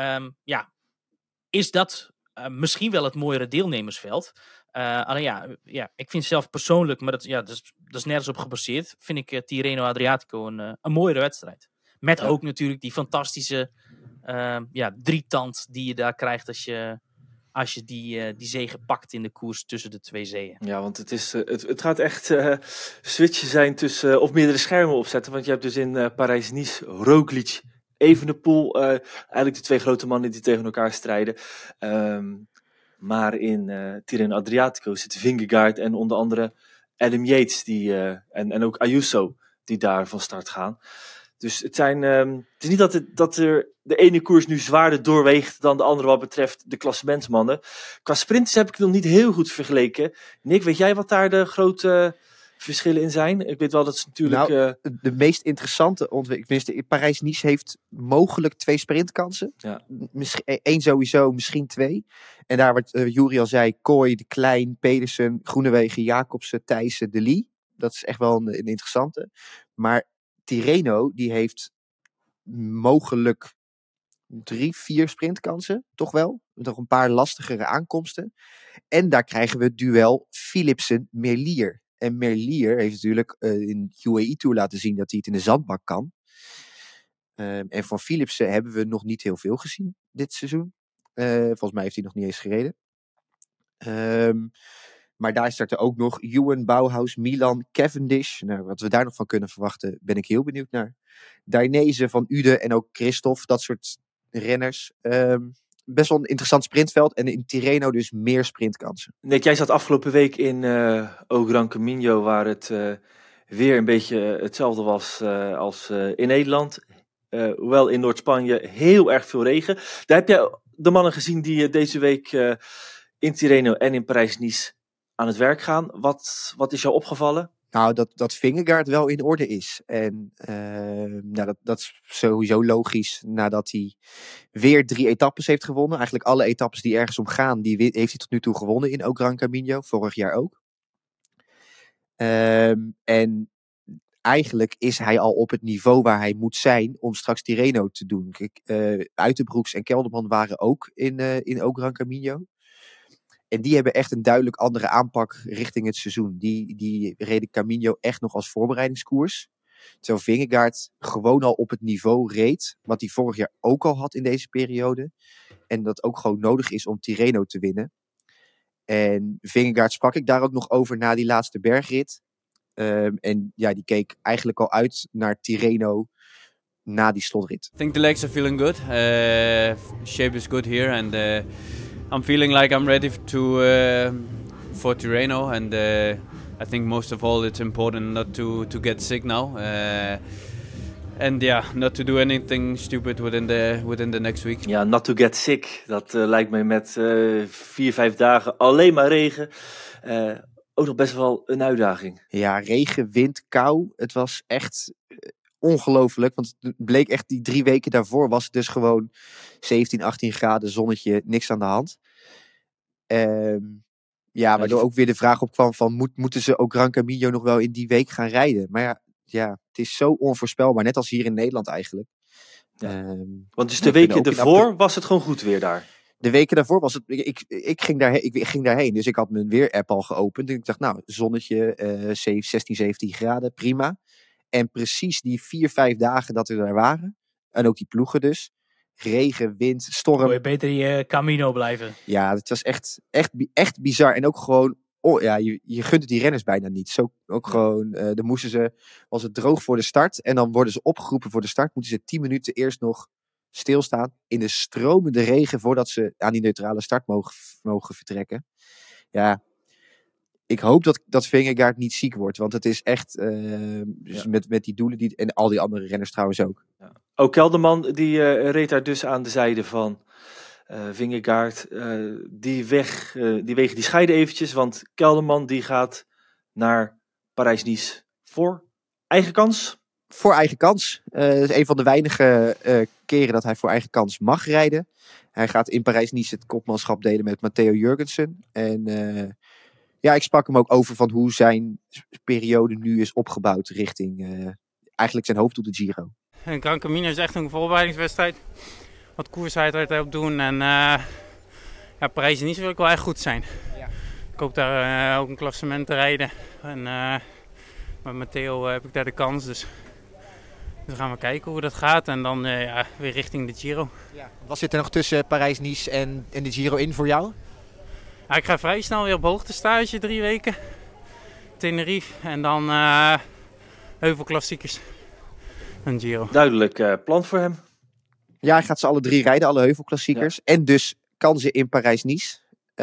[SPEAKER 3] Is dat misschien wel het mooiere deelnemersveld. Ik vind zelf persoonlijk, maar dat is nergens op gebaseerd, vind ik Tirreno Adriatico een mooiere wedstrijd. Met ook natuurlijk die fantastische drietand die je daar krijgt als je die zege pakt in de koers tussen de 2 zeeën. Ja,
[SPEAKER 2] want het gaat echt switchen zijn tussen of meerdere schermen opzetten. Want je hebt dus in Parijs-Nice Roglič, Evenepoel, eigenlijk de 2 grote mannen die tegen elkaar strijden. Maar in Tirreno Adriatico zitten Vingegaard en onder andere Adam Yates en ook Ayuso die daar van start gaan. Dus het is niet dat er de ene koers nu zwaarder doorweegt dan de andere wat betreft de klassementsmannen. Qua sprinters heb ik het nog niet heel goed vergeleken. Nick, weet jij wat daar de grote verschillen in zijn? Ik weet wel dat ze natuurlijk...
[SPEAKER 4] de meest interessante ontwikkeling... Parijs-Nice heeft mogelijk 2 sprintkansen. Ja. 1 sowieso, misschien 2. En daar wat Juri al zei, Kooi, De Klein, Pedersen, Groenewegen, Jacobsen, Thijssen, De Lie. Dat is echt wel een interessante. Maar Tirreno, die heeft mogelijk 3-4 sprintkansen, toch wel. Nog een paar lastigere aankomsten. En daar krijgen we het duel Philipsen-Merlier. En Merlier heeft natuurlijk in UAE Tour laten zien dat hij het in de zandbak kan. En van Philipsen hebben we nog niet heel veel gezien dit seizoen. Volgens mij heeft hij nog niet eens gereden. Maar daar starten ook nog Ewan, Bauhaus, Milan, Cavendish. Nou, wat we daar nog van kunnen verwachten, ben ik heel benieuwd naar. Dainese, Van Uden en ook Christophe, dat soort renners. Best wel een interessant sprintveld. En in Tirreno dus meer sprintkansen.
[SPEAKER 2] Nick, jij zat afgelopen week in Gran Camino, waar het weer een beetje hetzelfde was als in Nederland. Hoewel in Noord-Spanje heel erg veel regen. Daar heb jij de mannen gezien die deze week in Tirreno en in Parijs-Nice aan het werk gaan. Wat is jou opgevallen?
[SPEAKER 4] Nou, dat Vingegaard wel in orde is. En dat is sowieso logisch nadat hij weer 3 etappes heeft gewonnen. Eigenlijk alle etappes die ergens om gaan, die heeft hij tot nu toe gewonnen in Gran Camino. Vorig jaar ook. En eigenlijk is hij al op het niveau waar hij moet zijn om straks Tirreno te doen. Kijk, Uiterbroeks en Kelderman waren ook in ook Gran Camino. En die hebben echt een duidelijk andere aanpak richting het seizoen. Die reden Camino echt nog als voorbereidingskoers. Terwijl Vingegaard gewoon al op het niveau reed, wat hij vorig jaar ook al had in deze periode. En dat ook gewoon nodig is om Tirreno te winnen. En Vingegaard sprak ik daar ook nog over na die laatste bergrit. En ja, die keek eigenlijk al uit naar Tirreno na die slotrit.
[SPEAKER 5] I think the legs are feeling good. Shape is good here, and I'm feeling like I'm ready for Tirreno. And I think most of all, it's important not to get sick now. And yeah, not to do anything stupid within the next week.
[SPEAKER 2] Ja, not to get sick. Dat lijkt me met 4-5 dagen alleen maar regen. Ook nog best wel een uitdaging.
[SPEAKER 4] Ja, regen, wind, kou. Het was echt ongelooflijk. Want het bleek echt die 3 weken daarvoor was het dus gewoon 17, 18 graden, zonnetje, niks aan de hand. Ja, waardoor ook weer de vraag opkwam van moeten ze ook Gran Camino nog wel in die week gaan rijden? Maar ja, het is zo onvoorspelbaar. Net als hier in Nederland eigenlijk.
[SPEAKER 2] Ja. Want dus de weken ervoor was het gewoon goed weer daar?
[SPEAKER 4] De weken daarvoor was het... Ik ging daarheen, dus ik had mijn weer-app al geopend. En ik dacht, nou, zonnetje, 16, 17 graden, prima. En precies die 4-5 dagen dat we daar waren, en ook die ploegen dus, regen, wind, storm.
[SPEAKER 3] Wil je beter in je Camino blijven?
[SPEAKER 4] Ja, het was echt bizar. En ook gewoon, je gunt het die renners bijna niet. Zo ook gewoon, dan moesten ze, was het droog voor de start, en dan worden ze opgeroepen voor de start, moeten ze 10 minuten eerst nog stilstaan in de stromende regen voordat ze aan die neutrale start mogen vertrekken. Ja, ik hoop dat Vingegaard niet ziek wordt, want het is echt dus met die doelen en al die andere renners trouwens ook.
[SPEAKER 2] Ja. Ook Kelderman die reed daar dus aan de zijde van Vingegaard. Die wegen die scheiden eventjes, want Kelderman die gaat naar Parijs-Nice voor eigen kans.
[SPEAKER 4] Voor eigen kans. Het is een van de weinige keren dat hij voor eigen kans mag rijden. Hij gaat in Parijs-Nice het kopmanschap delen met Matteo Jurgensen. En ik sprak hem ook over van hoe zijn periode nu is opgebouwd richting eigenlijk zijn hoofddoel, de Giro.
[SPEAKER 6] En Gran Camino is echt een voorbereidingswedstrijd. Wat koersheid op doen. En Parijs-Nice wil ik wel echt goed zijn. Ja. Ik hoop daar ook een klassement te rijden. En met Matteo heb ik daar de kans. Dus dan gaan we kijken hoe dat gaat. En dan weer richting de Giro.
[SPEAKER 7] Ja. Wat zit er nog tussen Parijs-Nice en de Giro in voor jou?
[SPEAKER 6] Ja, ik ga vrij snel weer op hoogtestage, 3 weken. Tenerife en dan heuvelklassiekers. En Giro.
[SPEAKER 2] Duidelijk plan voor hem.
[SPEAKER 4] Ja, hij gaat ze alle 3 rijden, alle heuvelklassiekers. Ja. En dus kansen in Parijs-Nice.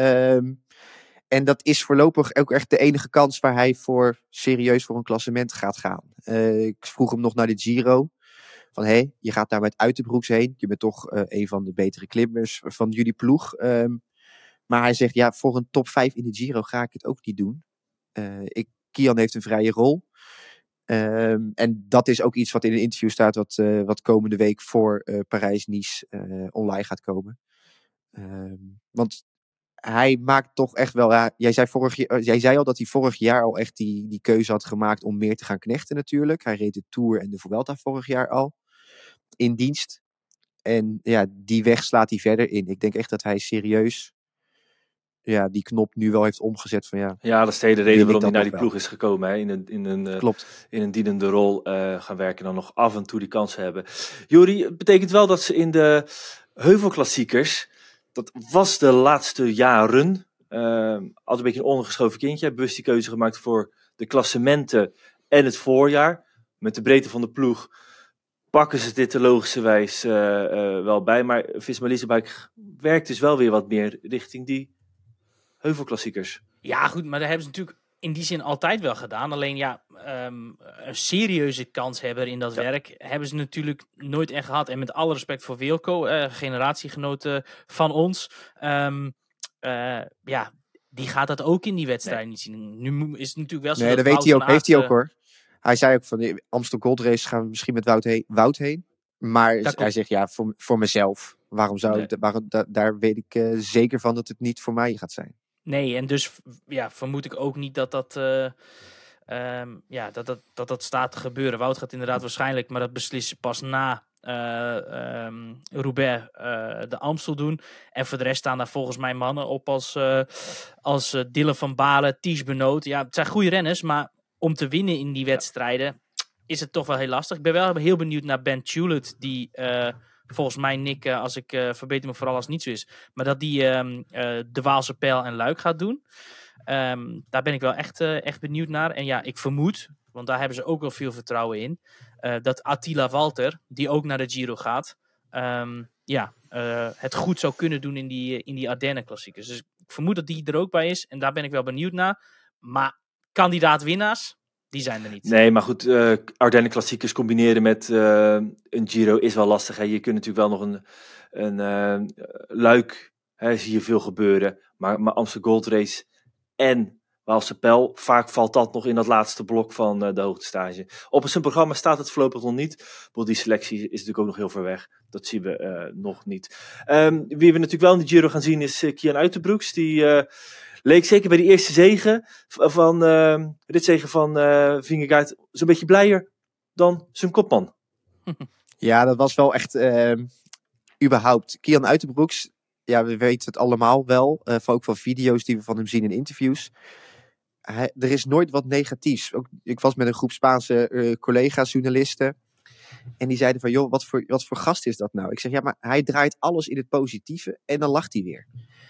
[SPEAKER 4] En dat is voorlopig ook echt de enige kans waar hij serieus voor een klassement gaat gaan. Ik vroeg hem nog naar de Giro. Van je gaat daar met Uiterbroeks heen. Je bent toch een van de betere klimmers van jullie ploeg. Maar hij zegt, ja, voor een top 5 in de Giro ga ik het ook niet doen. Kian heeft een vrije rol. En dat is ook iets wat in een interview staat wat komende week voor Parijs-Nice online gaat komen. Want hij maakt toch echt wel... jij zei al dat hij vorig jaar al echt die keuze had gemaakt om meer te gaan knechten natuurlijk. Hij reed de Tour en de Vuelta vorig jaar al in dienst. En ja, die weg slaat hij verder in. Ik denk echt dat hij serieus die knop nu wel heeft omgezet van
[SPEAKER 2] Ja, dat is de hele reden waarom hij naar die ploeg is gekomen. Hè?
[SPEAKER 4] Klopt.
[SPEAKER 2] In een dienende rol gaan werken en dan nog af en toe die kansen hebben. Jori, het betekent wel dat ze in de heuvelklassiekers, dat was de laatste jaren, altijd een beetje een ondergeschoven kindje, bewust die keuze gemaakt voor de klassementen en het voorjaar. Met de breedte van de ploeg pakken ze dit de logische wijs wel bij. Maar Visma Leasebike werkt dus wel weer wat meer richting die heuvelklassiekers.
[SPEAKER 3] Ja, goed, maar dat hebben ze natuurlijk in die zin altijd wel gedaan. Alleen een serieuze kans hebben in dat werk hebben ze natuurlijk nooit echt gehad. En met alle respect voor Wilco, generatiegenoten van ons, die gaat dat ook in die wedstrijd niet zien. Nu is het natuurlijk wel zo.
[SPEAKER 4] Nee, dat weet hij ook. Heeft hij ook hoor. Hij zei ook van de Amstel Gold Race gaan we misschien met Wout heen. Maar hij zegt voor mezelf. Waarom zou ik daar weet ik zeker van dat het niet voor mij gaat zijn.
[SPEAKER 3] Nee, en dus vermoed ik ook niet dat dat staat te gebeuren. Wout gaat inderdaad waarschijnlijk, maar dat beslissen pas na Roubaix de Amstel doen. En voor de rest staan daar volgens mij mannen op als Dylan van Baarle, Ties Benoot. Ja, het zijn goede renners, maar om te winnen in die wedstrijden is het toch wel heel lastig. Ik ben wel heel benieuwd naar Ben Tulett, die volgens mij, Nick, als ik verbeter me vooral als het niet zo is, maar dat die de Waalse Pijl en Luik gaat doen. Daar ben ik wel echt benieuwd naar. En ja, ik vermoed, want daar hebben ze ook wel veel vertrouwen in, dat Attila Walter, die ook naar de Giro gaat, het goed zou kunnen doen in die Ardennen-klassiekers. Dus ik vermoed dat die er ook bij is. En daar ben ik wel benieuwd naar. Maar kandidaat-winnaars, die zijn er niet.
[SPEAKER 2] Nee, maar goed, Ardennen-klassiekers combineren met een Giro is wel lastig. Hè? Je kunt natuurlijk wel nog een Luik, zie je veel gebeuren. Maar Amstel Gold Race en Waalse Pijl, vaak valt dat nog in dat laatste blok van de hoogtestage. Op zijn programma staat het voorlopig nog niet. Die selectie is natuurlijk ook nog heel ver weg. Dat zien we nog niet. Wie we natuurlijk wel in de Giro gaan zien is Kian Uiterbroeks. Die leek zeker bij die eerste zege ritzege van Vingegaard zo'n beetje blijer dan zijn kopman.
[SPEAKER 4] Ja, dat was wel echt überhaupt. Kian Uiterbroeks, ja, we weten het allemaal wel. Ook van video's die we van hem zien in interviews. Er is nooit wat negatiefs. Ook, ik was met een groep Spaanse collega's, journalisten. En die zeiden van, joh, wat voor gast is dat nou? Ik zeg, ja, maar hij draait alles in het positieve en dan lacht hij weer.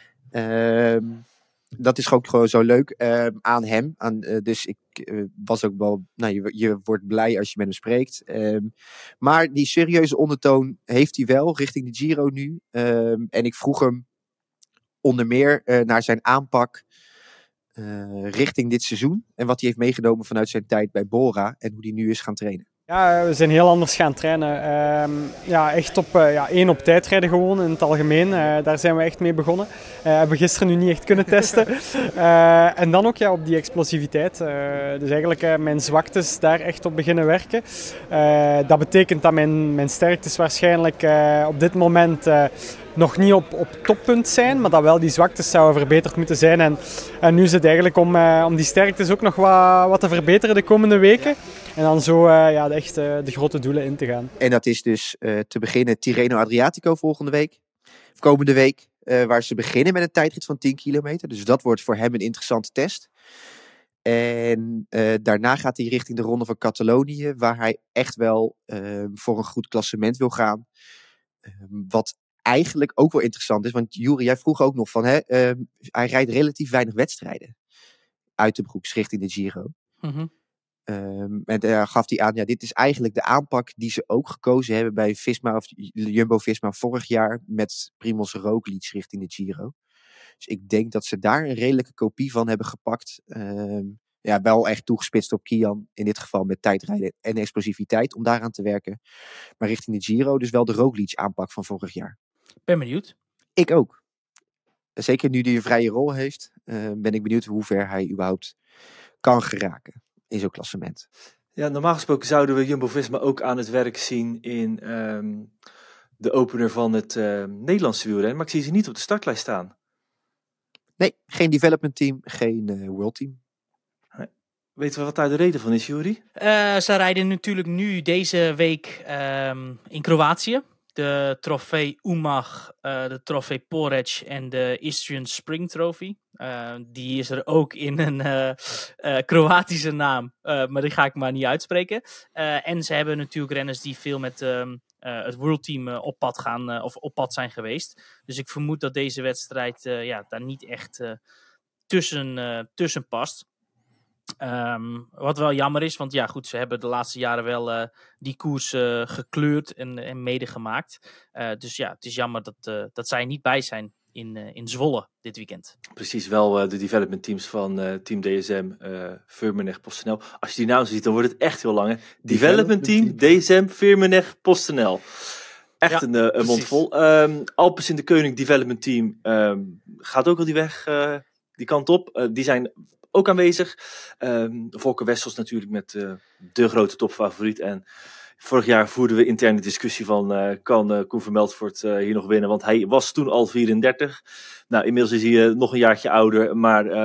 [SPEAKER 4] Dat is ook gewoon zo leuk aan hem. Dus ik was ook wel, je wordt blij als je met hem spreekt. Maar die serieuze ondertoon heeft hij wel richting de Giro nu. En ik vroeg hem onder meer naar zijn aanpak richting dit seizoen. En wat hij heeft meegenomen vanuit zijn tijd bij Bora en hoe hij nu is gaan trainen.
[SPEAKER 8] Ja, we zijn heel anders gaan trainen. Echt op 1 op tijdrijden gewoon in het algemeen. Daar zijn we echt mee begonnen. Hebben we gisteren nu niet echt kunnen testen. En dan ook op die explosiviteit. Dus eigenlijk mijn zwaktes daar echt op beginnen werken. Dat betekent dat mijn sterktes waarschijnlijk op dit moment nog niet op toppunt zijn, maar dat wel die zwaktes zouden verbeterd moeten zijn. En nu is het eigenlijk om die sterktes ook nog wat te verbeteren de komende weken. En dan zo echt de grote doelen in te gaan.
[SPEAKER 4] En dat is dus te beginnen Tirreno Adriatico komende week. Waar ze beginnen met een tijdrit van 10 kilometer. Dus dat wordt voor hem een interessante test. En daarna gaat hij richting de Ronde van Catalonië. Waar hij echt wel voor een goed klassement wil gaan. Wat eigenlijk ook wel interessant is. Want Juri, jij vroeg ook nog van... hij rijdt relatief weinig wedstrijden. Uiterbroeks richting de Giro.
[SPEAKER 3] Mm-hmm.
[SPEAKER 4] En daar gaf hij aan, dit is eigenlijk de aanpak die ze ook gekozen hebben bij Visma of Jumbo-Visma vorig jaar met Primož Roglič richting de Giro. Dus ik denk dat ze daar een redelijke kopie van hebben gepakt. Wel echt toegespitst op Kian, in dit geval met tijdrijden en explosiviteit om daaraan te werken. Maar richting de Giro dus wel de Roglič aanpak van vorig jaar.
[SPEAKER 3] Ben benieuwd.
[SPEAKER 4] Ik ook. Zeker nu hij een vrije rol heeft, ben ik benieuwd hoe ver hij überhaupt kan geraken in zo'n klassement.
[SPEAKER 2] Ja, normaal gesproken zouden we Jumbo-Visma ook aan het werk zien in de opener van het Nederlandse wielrennen. Maar ik zie ze niet op de startlijst staan.
[SPEAKER 4] Nee, geen development team, geen world team.
[SPEAKER 2] Weten we wat daar de reden van is, Juri?
[SPEAKER 3] Ze rijden natuurlijk nu deze week in Kroatië. De trofee Umag, de trofee Porec en de Istrian Spring Trophy. Die is er ook in een Kroatische naam, maar die ga ik maar niet uitspreken. En ze hebben natuurlijk renners die veel met het World Team op pad gaan of op pad zijn geweest. Dus ik vermoed dat deze wedstrijd daar niet echt tussen past. Wat wel jammer is, want ze hebben de laatste jaren wel die koers gekleurd en medegemaakt. Dus het is jammer dat zij niet bij zijn in Zwolle dit weekend.
[SPEAKER 2] Precies, wel de development teams van Team DSM, Firmenich, PostNL. Als je die naam ziet, dan wordt het echt heel lang. Hè? Development Team, DSM, Firmenich, PostNL. Echt een mond vol. Alpes in de Koning Development Team gaat ook al die weg, die kant op. Die zijn ook aanwezig. Volker Wessels natuurlijk met de grote topfavoriet. En vorig jaar voerden we interne discussie van kan Koen Vermeldvoort hier nog winnen? Want hij was toen al 34. Nou, inmiddels is hij nog een jaartje ouder. Maar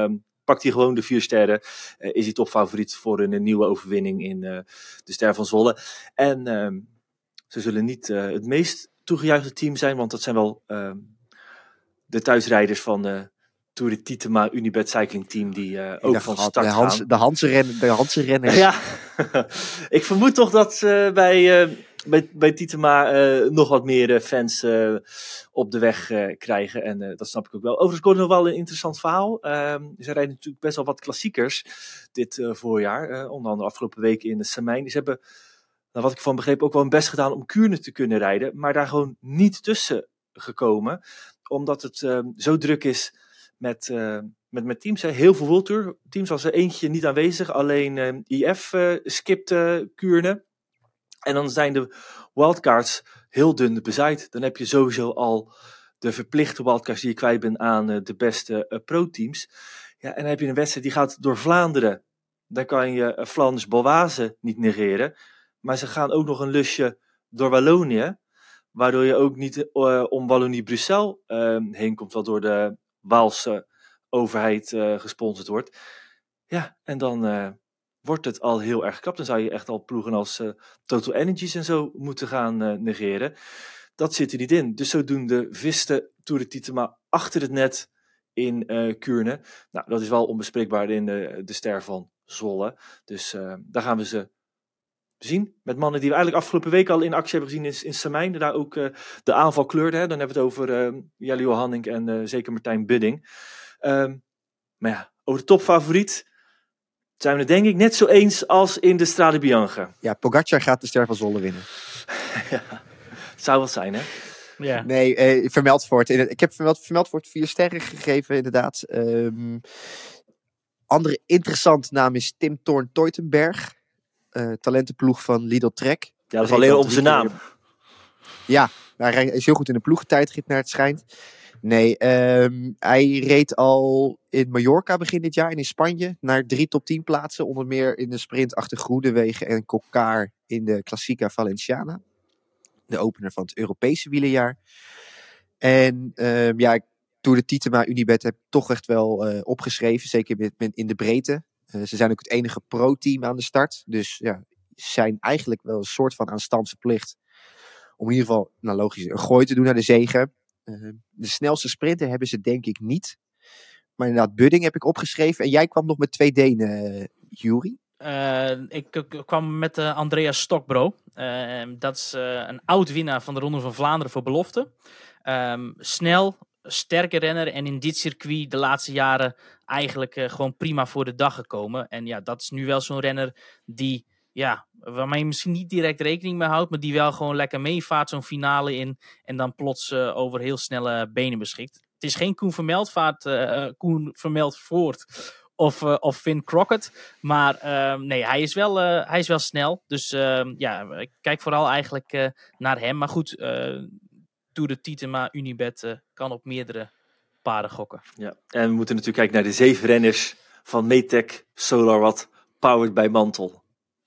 [SPEAKER 2] pakt hij gewoon de 4 sterren. Is hij topfavoriet voor een nieuwe overwinning in de Ster van Zwolle. En ze zullen niet het meest toegejuichte team zijn, want dat zijn wel de thuisrijders van de Tour de Titema Unibet Cycling Team die ook van start gaan.
[SPEAKER 4] De Hanse renners.
[SPEAKER 2] Ja, ik vermoed toch dat ze bij Titema nog wat meer fans op de weg krijgen. En dat snap ik ook wel. Overigens wordt het nog wel een interessant verhaal. Ze rijden natuurlijk best wel wat klassiekers dit voorjaar. Onder andere afgelopen week in de Samijn. Ze hebben, nou, wat ik van begreep, ook wel hun best gedaan om Kuurne te kunnen rijden. Maar daar gewoon niet tussen gekomen. Omdat het zo druk is met teams. Hè. Heel veel World Tour teams. Was er eentje niet aanwezig. Alleen IF skipt Kuurne. En dan zijn de wildcards heel dun bezaaid. Dan heb je sowieso al de verplichte wildcards die je kwijt bent aan de beste pro-teams. Ja, en dan heb je een wedstrijd die gaat door Vlaanderen. Dan kan je Flanders-Baloise niet negeren. Maar ze gaan ook nog een lusje door Wallonië. Waardoor je ook niet om Wallonie-Bruxelles heen komt. Wat door de Waalse overheid gesponsord wordt. Ja, en dan wordt het al heel erg krap. Dan zou je echt al ploegen als Total Energies en zo moeten gaan negeren. Dat zit er niet in. Dus zodoende viste Tour de Titema achter het net in Kuurne. Nou, dat is wel onbespreekbaar in de Ster van Zwolle. Dus daar gaan we ze zien. Met mannen die we eigenlijk afgelopen week al in actie hebben gezien in Samijn. Daar ook de aanval kleurde. Hè. Dan hebben we het over Jelle Johanning en zeker Martijn Budding. Maar ja, over de topfavoriet zijn we het denk ik net zo eens als in de Strade Bianche.
[SPEAKER 4] Ja, Pogacar gaat de Ster van Zwolle winnen.
[SPEAKER 2] Ja, het zou wat zijn, hè?
[SPEAKER 3] Ja.
[SPEAKER 4] Nee, Vermeldvoort. Ik heb Vermeldvoort 4 sterren gegeven, inderdaad. Andere interessante naam is Tim Thorn-Teutenberg. Talentenploeg van Lidl Trek.
[SPEAKER 2] Ja, dat is alleen om zijn naam.
[SPEAKER 4] Ja, maar hij is heel goed in de ploegentijdrit naar het schijnt. Nee, hij reed al in Mallorca begin dit jaar en in Spanje naar 3 top 10 plaatsen. Onder meer in de sprint achter Groenewegen en Coquard in de Classica Valenciana. De opener van het Europese wielerjaar. En Tour de Titema Unibet heb ik toch echt wel opgeschreven. Zeker in de breedte. Ze zijn ook het enige pro-team aan de start. Dus ja, zijn eigenlijk wel een soort van aanstand verplicht. Om in ieder geval, nou logisch, een gooi te doen naar de zege. De snelste sprinter hebben ze denk ik niet. Maar inderdaad, Budding heb ik opgeschreven. En jij kwam nog met 2 Denen, Juri.
[SPEAKER 3] Ik kwam met Andreas Stokbro. Dat is een oud-winnaar van de Ronde van Vlaanderen voor belofte. Snel, sterke renner en in dit circuit de laatste jaren eigenlijk gewoon prima voor de dag gekomen. En ja, dat is nu wel zo'n renner die, ja, waarmee je misschien niet direct rekening mee houdt, maar die wel gewoon lekker meevaart zo'n finale in en dan plots over heel snelle benen beschikt. Het is geen Koen Vermeldvoort of Finn Crockett, maar nee, hij is wel snel. Dus ik kijk vooral eigenlijk naar hem. Maar goed, Tour de Titema Unibet kan op meerdere paarden gokken.
[SPEAKER 2] Ja, en we moeten natuurlijk kijken naar de 7 renners van Metec SolarWatt, powered by Mantel.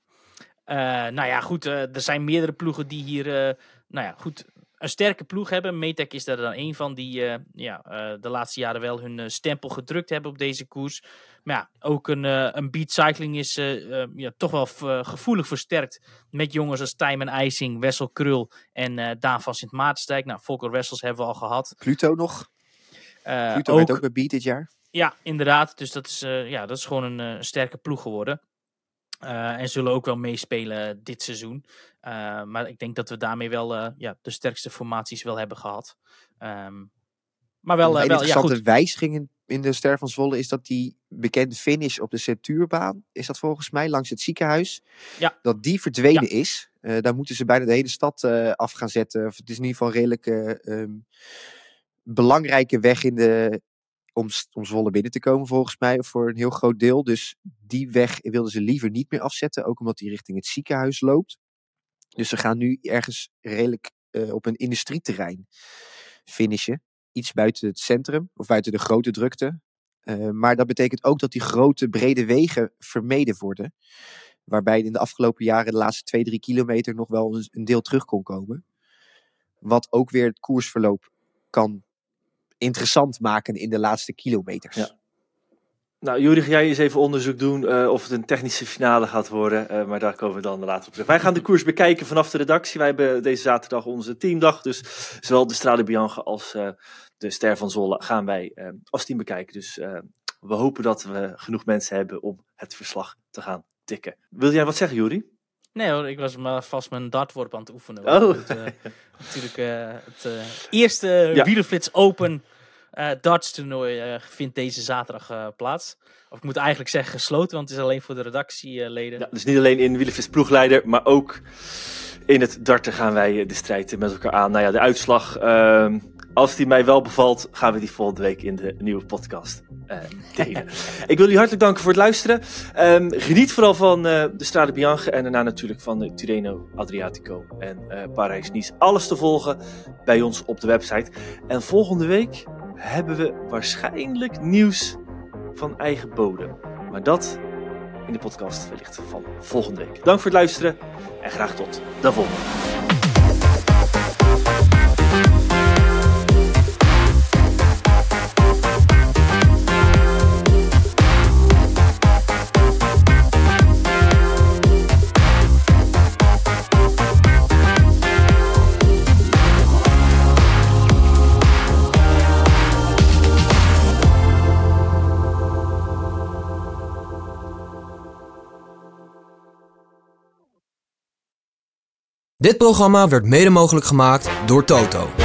[SPEAKER 3] Er zijn meerdere ploegen die hier een sterke ploeg hebben. Metec is daar dan een van die de laatste jaren wel hun stempel gedrukt hebben op deze koers. Maar ja, ook een Beat Cycling is toch wel gevoelig versterkt met jongens als Tijmen IJsing, Wessel Krul en Daan van Sint Maartensdijk. Nou, Volker Wessels hebben we al gehad.
[SPEAKER 4] Pluto nog. Pluto werd ook bij Beat dit jaar.
[SPEAKER 3] Ja, inderdaad. Dus dat is gewoon een sterke ploeg geworden. En zullen ook wel meespelen dit seizoen. Maar ik denk dat we daarmee wel de sterkste formaties wel hebben gehad. Maar wel,
[SPEAKER 4] een interessante
[SPEAKER 3] goed.
[SPEAKER 4] wijziging in de Ster van Zwolle is dat die bekende finish op de Centuurbaan, is dat volgens mij, langs het ziekenhuis, dat die verdwenen is. Daar moeten ze bijna de hele stad af gaan zetten. Of het is in ieder geval een redelijk belangrijke weg om Zwolle binnen te komen, volgens mij, voor een heel groot deel. Dus die weg wilden ze liever niet meer afzetten, ook omdat die richting het ziekenhuis loopt. Dus ze gaan nu ergens redelijk op een industrieterrein finishen. Iets buiten het centrum, of buiten de grote drukte. Maar dat betekent ook dat die grote, brede wegen vermeden worden. Waarbij in de afgelopen jaren de laatste 2-3 kilometer nog wel een deel terug kon komen. Wat ook weer het koersverloop kan interessant maken in de laatste kilometers.
[SPEAKER 2] Nou, Juri, ga jij eens even onderzoek doen of het een technische finale gaat worden. Maar daar komen we dan later op terug. Wij gaan de koers bekijken vanaf de redactie. Wij hebben deze zaterdag onze teamdag. Dus zowel de Strade Bianche als de Ster van Zwolle gaan wij als team bekijken. Dus we hopen dat we genoeg mensen hebben om het verslag te gaan tikken. Wil jij wat zeggen, Juri?
[SPEAKER 3] Nee hoor, ik was maar vast mijn dartworp aan het oefenen.
[SPEAKER 2] Oh.
[SPEAKER 3] Natuurlijk het eerste Wielerflits Open darts toernooi vindt deze zaterdag plaats. Of ik moet eigenlijk zeggen gesloten, want het is alleen voor de redactieleden.
[SPEAKER 2] Ja, dus niet alleen in Wielerflits ploegleider, maar ook in het darten gaan wij de strijd met elkaar aan. Nou ja, de uitslag, als die mij wel bevalt, gaan we die volgende week in de nieuwe podcast delen. Ik wil jullie hartelijk danken voor het luisteren. Geniet vooral van de Strade Bianche en daarna natuurlijk van de Tirreno Adriatico en Parijs-Nice. Alles te volgen bij ons op de website. En volgende week hebben we waarschijnlijk nieuws van eigen bodem. Maar dat in de podcast wellicht van volgende week. Dank voor het luisteren en graag tot de volgende.
[SPEAKER 1] Dit programma werd mede mogelijk gemaakt door Toto.